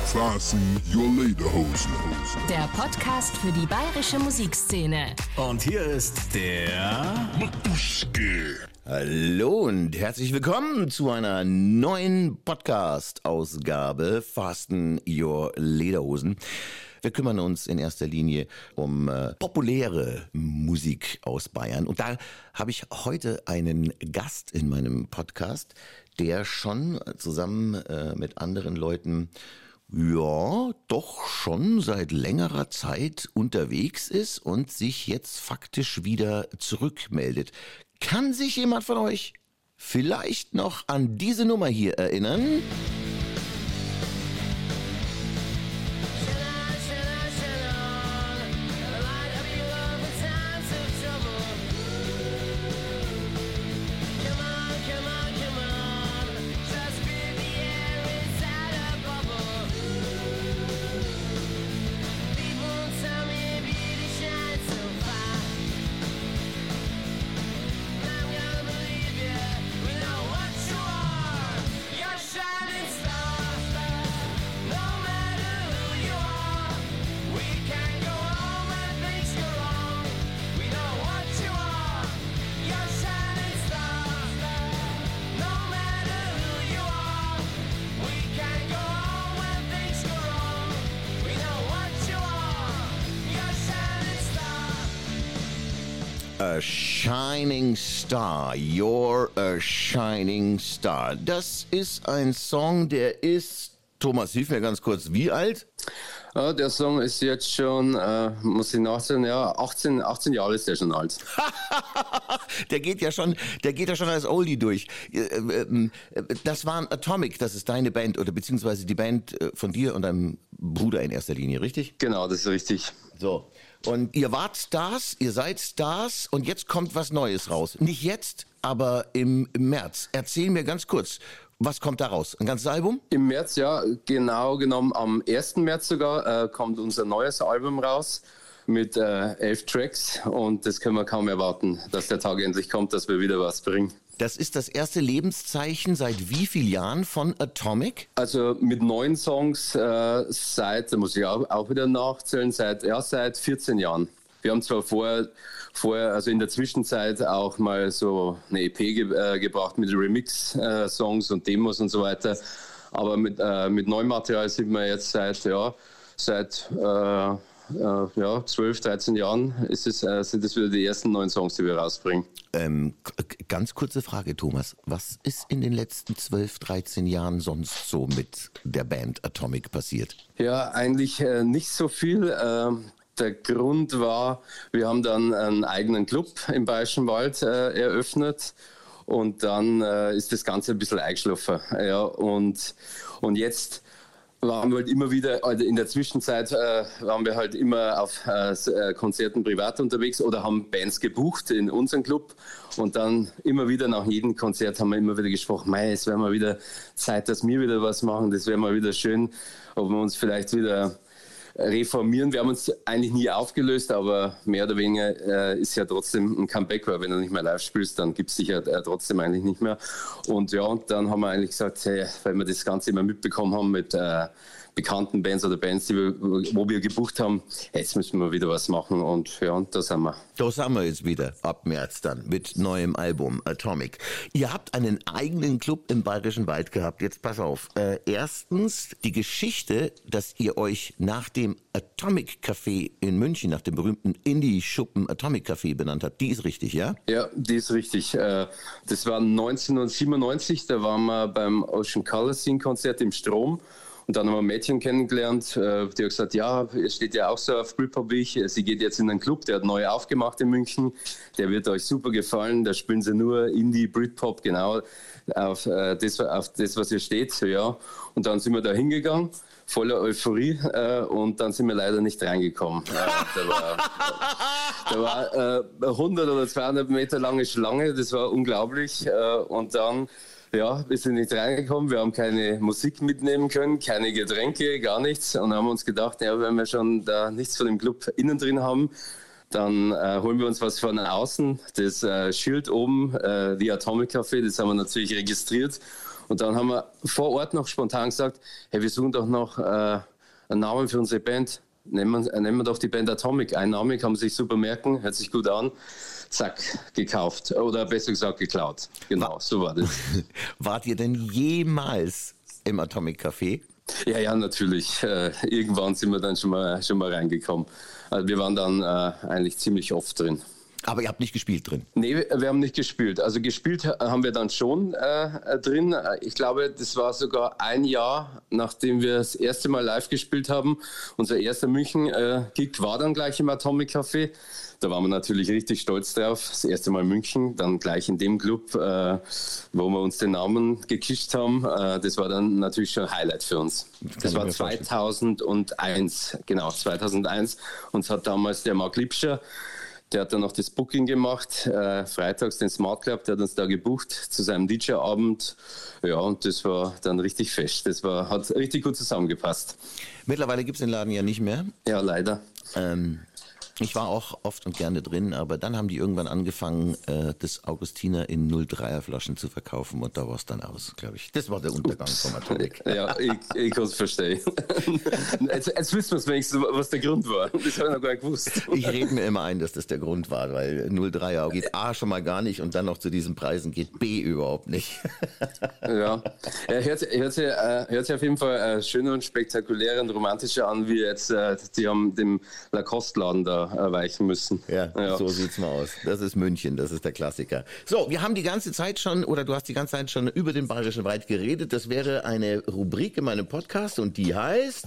Fasten your lederhosen. Der Podcast für die bayerische Musikszene. Und hier ist der Matuschke. Hallo und herzlich willkommen zu einer neuen Podcast-Ausgabe Fasten your Lederhosen. Wir kümmern uns in erster Linie um populäre Musik aus Bayern. Und da habe ich heute einen Gast in meinem Podcast, der schon zusammen mit anderen Leuten doch schon seit längerer Zeit unterwegs ist und sich jetzt faktisch wieder zurückmeldet. Kann sich jemand von euch vielleicht noch an diese Nummer hier erinnern? A Shining Star, You're a Shining Star. Das ist ein Song, der ist, Thomas, hilf mir ganz kurz, wie alt? Ja, der Song ist jetzt schon, muss ich nachsehen, ja, 18 Jahre ist der schon alt. Der geht ja schon als Oldie durch. Das war Atomic, das ist deine Band, oder beziehungsweise die Band von dir und deinem Bruder in erster Linie, richtig? Genau, das ist richtig. So. Und ihr wart Stars, ihr seid Stars und jetzt kommt was Neues raus. Nicht jetzt, aber im März. Erzähl mir ganz kurz, was kommt da raus? Ein ganzes Album? Im März, ja, genau genommen am 1. März sogar kommt unser neues Album raus mit 11 Tracks und das können wir kaum erwarten, dass der Tag endlich kommt, dass wir wieder was bringen. Das ist das erste Lebenszeichen seit wie vielen Jahren von Atomic? Also mit 9 Songs seit, da muss ich auch wieder nachzählen, seit 14 Jahren. Wir haben zwar vorher, also in der Zwischenzeit auch mal so eine EP gebracht mit Remix-Songs und Demos und so weiter, aber mit neuem Material sind wir jetzt seit 12, 13 Jahren sind das wieder die ersten 9 Songs, die wir rausbringen. Ganz kurze Frage, Thomas. Was ist in den letzten 12, 13 Jahren sonst so mit der Band Atomic passiert? Ja, eigentlich nicht so viel. Der Grund war, wir haben dann einen eigenen Club im Bayerischen Wald eröffnet. Und dann ist das Ganze ein bisschen eingeschlafen. Ja, und jetzt waren wir halt immer wieder, also in der Zwischenzeit waren wir halt immer auf Konzerten privat unterwegs oder haben Bands gebucht in unseren Club und dann immer wieder nach jedem Konzert haben wir immer wieder gesprochen, es wäre mal wieder Zeit, dass wir wieder was machen, das wäre mal wieder schön, ob wir uns vielleicht wieder reformieren. Wir haben uns eigentlich nie aufgelöst, aber mehr oder weniger ist ja trotzdem ein Comeback, weil wenn du nicht mehr live spielst, dann gibt es dich ja trotzdem eigentlich nicht mehr. Und ja, und dann haben wir eigentlich gesagt, weil wir das Ganze immer mitbekommen haben mit bekannten Bands oder Bands, wo wir gebucht haben, jetzt müssen wir wieder was machen und ja, und da sind wir. Da sind wir jetzt wieder, ab März dann, mit neuem Album Atomic. Ihr habt einen eigenen Club im Bayerischen Wald gehabt, jetzt pass auf. Erstens, die Geschichte, dass ihr euch nach dem Atomic Café in München, nach dem berühmten Indie-Schuppen Atomic Café benannt habt, die ist richtig, ja? Ja, die ist richtig. Das war 1997, da waren wir beim Ocean Color Scene Konzert im Strom. Und dann haben wir ein Mädchen kennengelernt, die hat gesagt, ja, es steht ja auch so auf Britpop wie ich. Sie geht jetzt in einen Club, der hat neu aufgemacht in München. Der wird euch super gefallen. Da spielen sie nur Indie, Britpop, genau auf das, was hier steht. Ja. Und dann sind wir da hingegangen, voller Euphorie. Und dann sind wir leider nicht reingekommen. Da war 100 oder 200 Meter lange Schlange. Das war unglaublich. Und dann... Ja, wir sind nicht reingekommen, wir haben keine Musik mitnehmen können, keine Getränke, gar nichts und haben uns gedacht, ja, wenn wir schon da nichts von dem Club innen drin haben, dann holen wir uns was von außen. Das Schild oben, die Atomic Café, das haben wir natürlich registriert Und dann haben wir vor Ort noch spontan gesagt, hey, wir suchen doch noch einen Namen für unsere Band. Nehmen wir doch die Band Atomic. Ein Name kann man sich super merken, hört sich gut an. Zack, gekauft. Oder besser gesagt geklaut. Genau, so war das. Wart ihr denn jemals im Atomic Café? Ja, natürlich. Irgendwann sind wir dann schon mal reingekommen. Also wir waren dann eigentlich ziemlich oft drin. Aber ihr habt nicht gespielt drin? Nee, wir haben nicht gespielt. Also gespielt haben wir dann schon drin. Ich glaube, das war sogar ein Jahr, nachdem wir das erste Mal live gespielt haben. Unser erster München-Gig war dann gleich im Atomic Café. Da waren wir natürlich richtig stolz drauf. Das erste Mal München, dann gleich in dem Club, wo wir uns den Namen gekischt haben. Das war dann natürlich schon ein Highlight für uns. Das war 2001, genau, 2001. Uns hat damals der Mark Lipscher, der hat dann noch das Booking gemacht, freitags den Smart Club, der hat uns da gebucht zu seinem DJ-Abend. Ja, und das war dann richtig fest. Hat richtig gut zusammengepasst. Mittlerweile gibt es den Laden ja nicht mehr. Ja, leider. Ich war auch oft und gerne drin, aber dann haben die irgendwann angefangen, das Augustiner in 0,3er Flaschen zu verkaufen und da war es dann aus, glaube ich. Das war der Untergang vom Atomic. Ja, ich kann es verstehen. Jetzt wissen wir wenigstens, was der Grund war. Das habe ich noch gar nicht gewusst. Ich rede mir immer ein, dass das der Grund war, weil 0,3er geht A schon mal gar nicht und dann noch zu diesen Preisen geht B überhaupt nicht. Ja, hört sich auf jeden Fall schöner und spektakulärer und romantischer an, wie jetzt, die haben dem Lacoste-Laden da weichen müssen. Ja, so sieht's mal aus. Das ist München, das ist der Klassiker. So, wir haben die ganze Zeit schon, oder du hast die ganze Zeit schon über den Bayerischen Wald geredet. Das wäre eine Rubrik in meinem Podcast und die heißt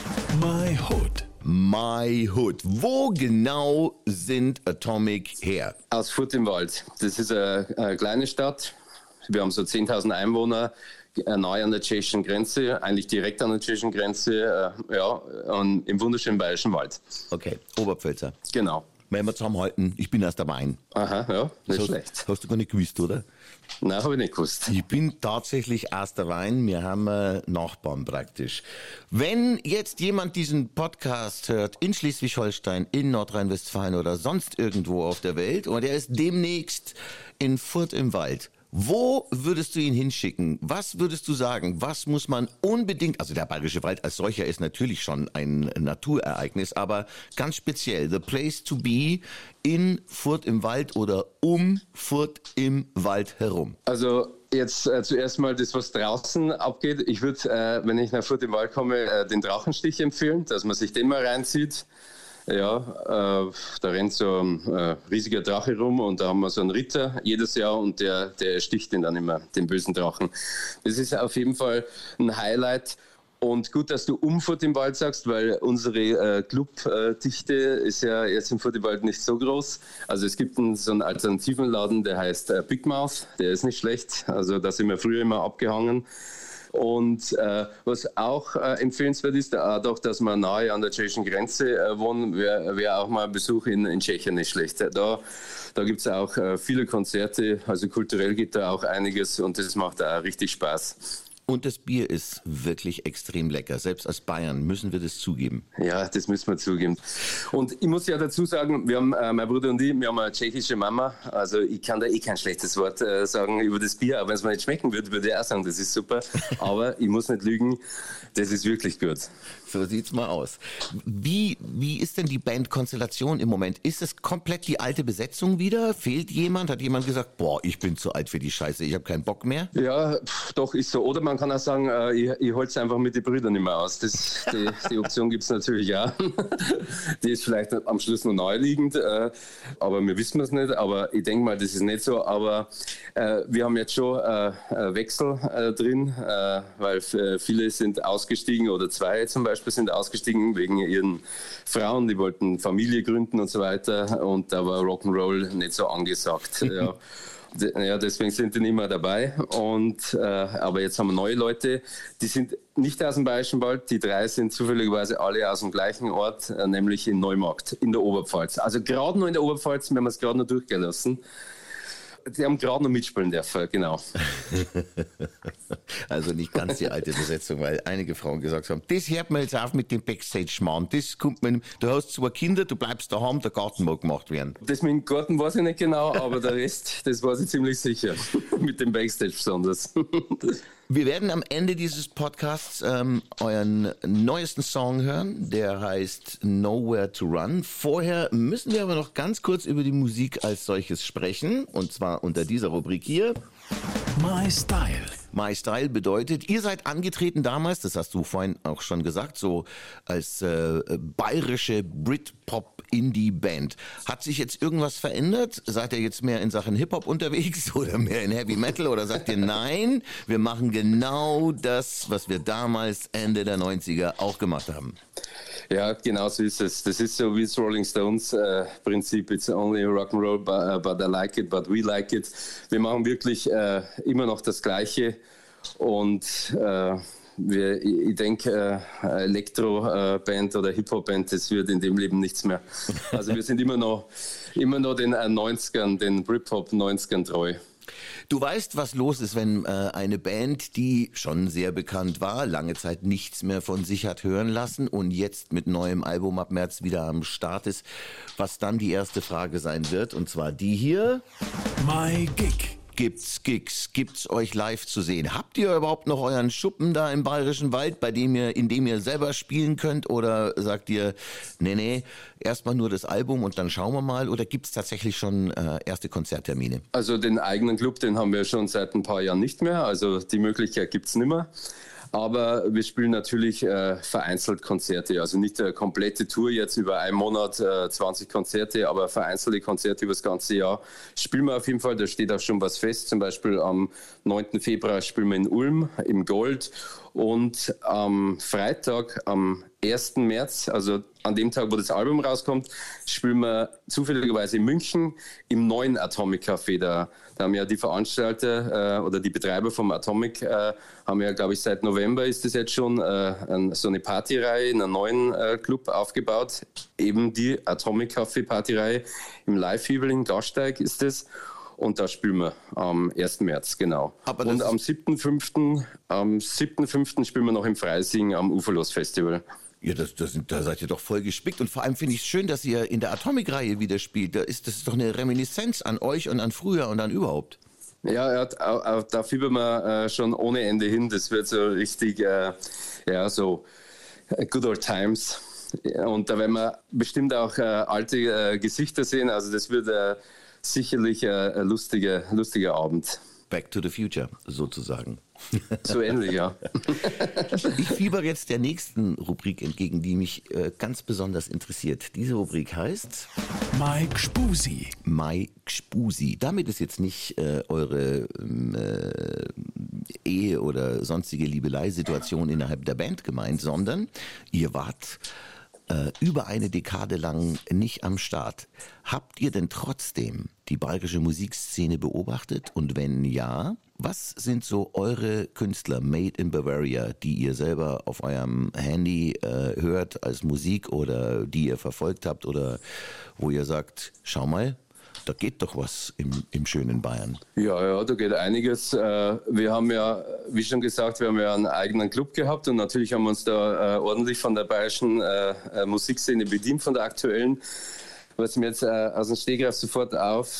My Hood. My Hood. Wo genau sind Atomic her? Aus Furt im Wald. Das ist eine kleine Stadt. Wir haben so 10.000 Einwohner. Nahe an der tschechischen Grenze, eigentlich direkt an der tschechischen Grenze, und im wunderschönen Bayerischen Wald. Okay, Oberpfälzer. Genau. Wenn wir zusammenhalten, ich bin aus der Wein. Aha, ja, nicht schlecht. Hast du gar nicht gewusst, oder? Nein, habe ich nicht gewusst. Ich bin tatsächlich aus der Wein. Wir haben Nachbarn praktisch. Wenn jetzt jemand diesen Podcast hört in Schleswig-Holstein, in Nordrhein-Westfalen oder sonst irgendwo auf der Welt und er ist demnächst in Furt im Wald, wo würdest du ihn hinschicken? Was würdest du sagen? Was muss man unbedingt, also der Bayerische Wald als solcher ist natürlich schon ein Naturereignis, aber ganz speziell, the place to be in Furt im Wald oder um Furt im Wald herum? Also jetzt zuerst mal das, was draußen abgeht. Ich würde, wenn ich nach Furt im Wald komme, den Drachenstich empfehlen, dass man sich den mal reinzieht. Ja, da rennt so ein riesiger Drache rum und da haben wir so einen Ritter jedes Jahr und der sticht den dann immer, den bösen Drachen. Das ist auf jeden Fall ein Highlight. Und gut, dass du um Furt im Wald sagst, weil unsere Clubdichte ist ja jetzt im Furt im Wald nicht so groß. Also es gibt so einen alternativen Laden, der heißt Big Mouth, der ist nicht schlecht. Also da sind wir früher immer abgehangen. Und was auch empfehlenswert ist, dadurch, dass wir nahe an der tschechischen Grenze wohnen, wäre auch mal ein Besuch in Tschechien nicht schlecht. Da gibt es auch viele Konzerte, also kulturell geht da auch einiges und das macht auch richtig Spaß. Und das Bier ist wirklich extrem lecker. Selbst als Bayern müssen wir das zugeben. Ja, das müssen wir zugeben. Und ich muss ja dazu sagen, wir haben, mein Bruder und ich, wir haben eine tschechische Mama. Also ich kann da kein schlechtes Wort sagen über das Bier. Aber wenn es mir nicht schmecken würde, würde ich auch sagen, das ist super. Aber ich muss nicht lügen, das ist wirklich gut. So sieht's mal aus. Wie ist denn die Bandkonstellation im Moment? Ist es komplett die alte Besetzung wieder? Fehlt jemand? Hat jemand gesagt, boah, ich bin zu alt für die Scheiße, ich habe keinen Bock mehr? Ja, doch, ist so. Oder man kann auch sagen, ich halte es einfach mit den Brüdern nicht mehr aus. Die Option gibt es natürlich auch. Die ist vielleicht am Schluss noch naheliegend, aber wir wissen es nicht. Aber ich denke mal, das ist nicht so. Aber wir haben jetzt schon Wechsel drin, weil viele sind ausgestiegen oder zwei zum Beispiel sind ausgestiegen wegen ihren Frauen, die wollten Familie gründen und so weiter und da war Rock'n'Roll nicht so angesagt. Ja. Ja, deswegen sind die nicht mehr dabei. Aber jetzt haben wir neue Leute, die sind nicht aus dem Bayerischen Wald. Die drei sind zufälligerweise alle aus dem gleichen Ort, nämlich in Neumarkt, in der Oberpfalz. Also gerade noch in der Oberpfalz, wir haben es gerade noch durchgelassen. Die haben gerade noch mitspielen dürfen, genau. Also nicht ganz die alte Besetzung, weil einige Frauen gesagt haben, das hört man jetzt auf mit dem Backstage-Schmarrn. Das kommt man, du hast 2 Kinder, du bleibst daheim, der Garten mag gemacht werden. Das mit dem Garten weiß ich nicht genau, aber der Rest, das weiß ich ziemlich sicher. Mit dem Backstage besonders. Wir werden am Ende dieses Podcasts euren neuesten Song hören, der heißt Nowhere to Run. Vorher müssen wir aber noch ganz kurz über die Musik als solches sprechen, und zwar unter dieser Rubrik hier. My Style. My Style bedeutet, ihr seid angetreten damals, das hast du vorhin auch schon gesagt, so als bayerische Britpop-Indie-Band. Hat sich jetzt irgendwas verändert? Seid ihr jetzt mehr in Sachen Hip-Hop unterwegs oder mehr in Heavy Metal? Oder sagt ihr, nein, wir machen genau das, was wir damals Ende der 90er auch gemacht haben? Ja, genau so ist es. Das ist so wie das Rolling Stones Prinzip. It's only rock'n'roll, but I like it, but we like it. Wir machen wirklich immer noch das Gleiche. Und ich denke, Elektro-Band oder Hip-Hop-Band, das wird in dem Leben nichts mehr. Also wir sind immer noch den 90ern, den Britpop-90ern treu. Du weißt, was los ist, wenn eine Band, die schon sehr bekannt war, lange Zeit nichts mehr von sich hat hören lassen und jetzt mit neuem Album ab März wieder am Start ist, was dann die erste Frage sein wird, und zwar die hier. My Gig. Gibt's Gigs? Gibt's euch live zu sehen? Habt ihr überhaupt noch euren Schuppen da im Bayerischen Wald, in dem ihr selber spielen könnt? Oder sagt ihr, nee, erstmal nur das Album und dann schauen wir mal? Oder gibt's tatsächlich schon erste Konzerttermine? Also den eigenen Club, den haben wir schon seit ein paar Jahren nicht mehr. Also die Möglichkeit gibt's nicht mehr. Aber wir spielen natürlich vereinzelt Konzerte, also nicht eine komplette Tour jetzt über einen Monat, 20 Konzerte, aber vereinzelte Konzerte über das ganze Jahr spielen wir auf jeden Fall. Da steht auch schon was fest, zum Beispiel am 9. Februar spielen wir in Ulm im Gold und am Freitag, am 1. März, also an dem Tag, wo das Album rauskommt, spielen wir zufälligerweise in München im neuen Atomic Café. Da haben ja die Veranstalter oder die Betreiber vom Atomic haben ja, glaube ich, seit November ist das jetzt schon so eine Partyreihe in einem neuen Club aufgebaut. Eben die Atomic Café Partyreihe im Live-Fibel in Gasteig ist es. Und da spielen wir am 1. März, genau. Und am 7.5. spielen wir noch im Freising am Uferlos Festival. Ja, da seid ihr doch voll gespickt. Und vor allem finde ich es schön, dass ihr in der Atomic-Reihe wieder spielt. Das ist doch eine Reminiszenz an euch und an früher und an überhaupt. Ja, da fiebern wir schon ohne Ende hin. Das wird so richtig, so good old times. Und da werden wir bestimmt auch alte Gesichter sehen. Also das wird sicherlich ein lustiger Abend. Back to the Future, sozusagen. So ähnlich, ja. Ich fieber jetzt der nächsten Rubrik entgegen, die mich ganz besonders interessiert. Diese Rubrik heißt Mike Spusi. Mike Spusi. Damit ist jetzt nicht eure Ehe- oder sonstige Liebeleisituation innerhalb der Band gemeint, sondern ihr wart über eine Dekade lang nicht am Start. Habt ihr denn trotzdem die bayerische Musikszene beobachtet? Und wenn ja, was sind so eure Künstler made in Bavaria, die ihr selber auf eurem Handy hört als Musik oder die ihr verfolgt habt oder wo ihr sagt, schau mal, da geht doch was im schönen Bayern. Ja, da geht einiges. Wir haben ja, wie schon gesagt, wir haben ja einen eigenen Club gehabt und natürlich haben wir uns da ordentlich von der bayerischen Musikszene bedient, von der aktuellen. Was mir jetzt aus dem Stegreif sofort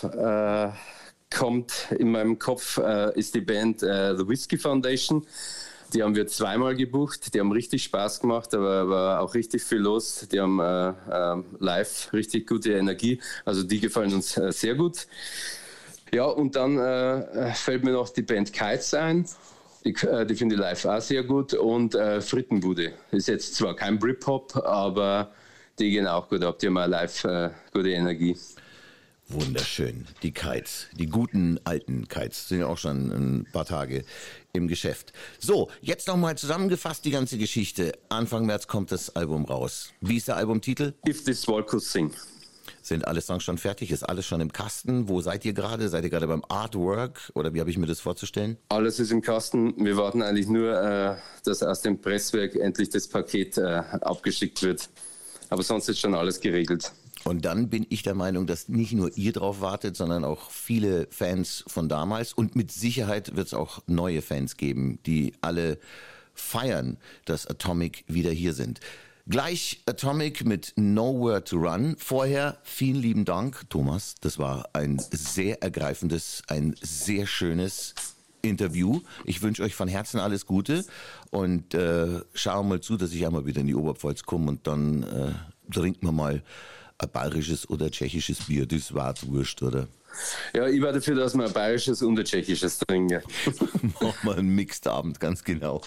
kommt in meinem Kopf, ist die Band The Whiskey Foundation. Die haben wir zweimal gebucht, die haben richtig Spaß gemacht, aber war auch richtig viel los. Die haben live richtig gute Energie, also die gefallen uns sehr gut. Ja, und dann fällt mir noch die Band Kites ein, die finde ich live auch sehr gut. Und Frittenbude, ist jetzt zwar kein Britpop, aber die gehen auch gut ab, die haben auch live gute Energie. Wunderschön, die Kites, die guten alten Kites, sind ja auch schon ein paar Tage im Geschäft. So, jetzt nochmal zusammengefasst die ganze Geschichte. Anfang März kommt das Album raus. Wie ist der Albumtitel? If This Wall Could Sing. Sind alle Songs schon fertig? Ist alles schon im Kasten? Wo seid ihr gerade? Seid ihr gerade beim Artwork? Oder wie habe ich mir das vorzustellen? Alles ist im Kasten. Wir warten eigentlich nur, dass aus dem Presswerk endlich das Paket abgeschickt wird. Aber sonst ist schon alles geregelt. Und dann bin ich der Meinung, dass nicht nur ihr drauf wartet, sondern auch viele Fans von damals. Und mit Sicherheit wird es auch neue Fans geben, die alle feiern, dass Atomic wieder hier sind. Gleich Atomic mit Nowhere to Run. Vorher vielen lieben Dank, Thomas. Das war ein sehr ergreifendes, ein sehr schönes, Interview. Ich wünsche euch von Herzen alles Gute und schau mal zu, dass ich einmal wieder in die Oberpfalz komme und dann trinken wir mal ein bayerisches oder tschechisches Bier. Das war wurscht, oder? Ja, ich war dafür, dass wir ein bayerisches und ein tschechisches trinken. Machen wir einen Mixed-Abend, ganz genau.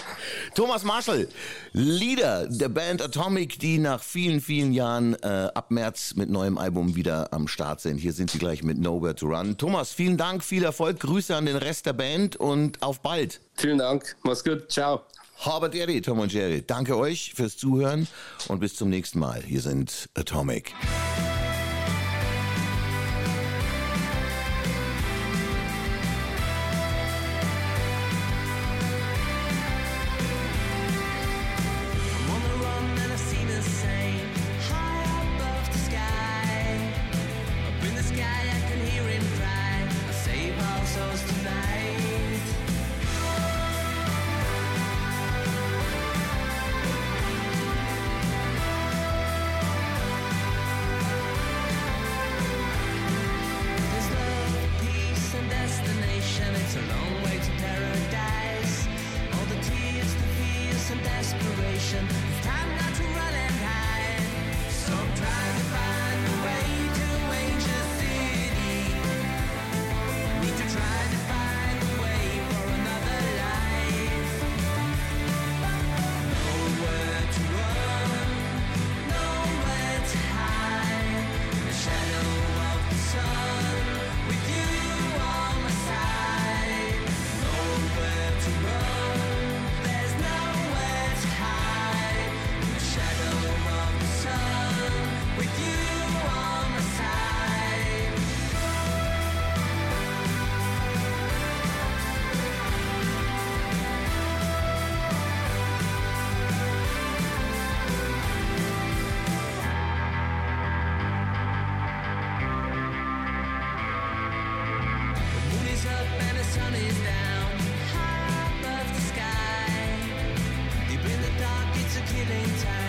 Thomas Marschall, Leader der Band Atomic, die nach vielen, vielen Jahren ab März mit neuem Album wieder am Start sind. Hier sind sie gleich mit Nowhere to Run. Thomas, vielen Dank, viel Erfolg, Grüße an den Rest der Band und auf bald. Vielen Dank, mach's gut, ciao. Habert Ehre, Tom und Jerry. Danke euch fürs Zuhören und bis zum nächsten Mal. Hier sind Atomic. Killing time.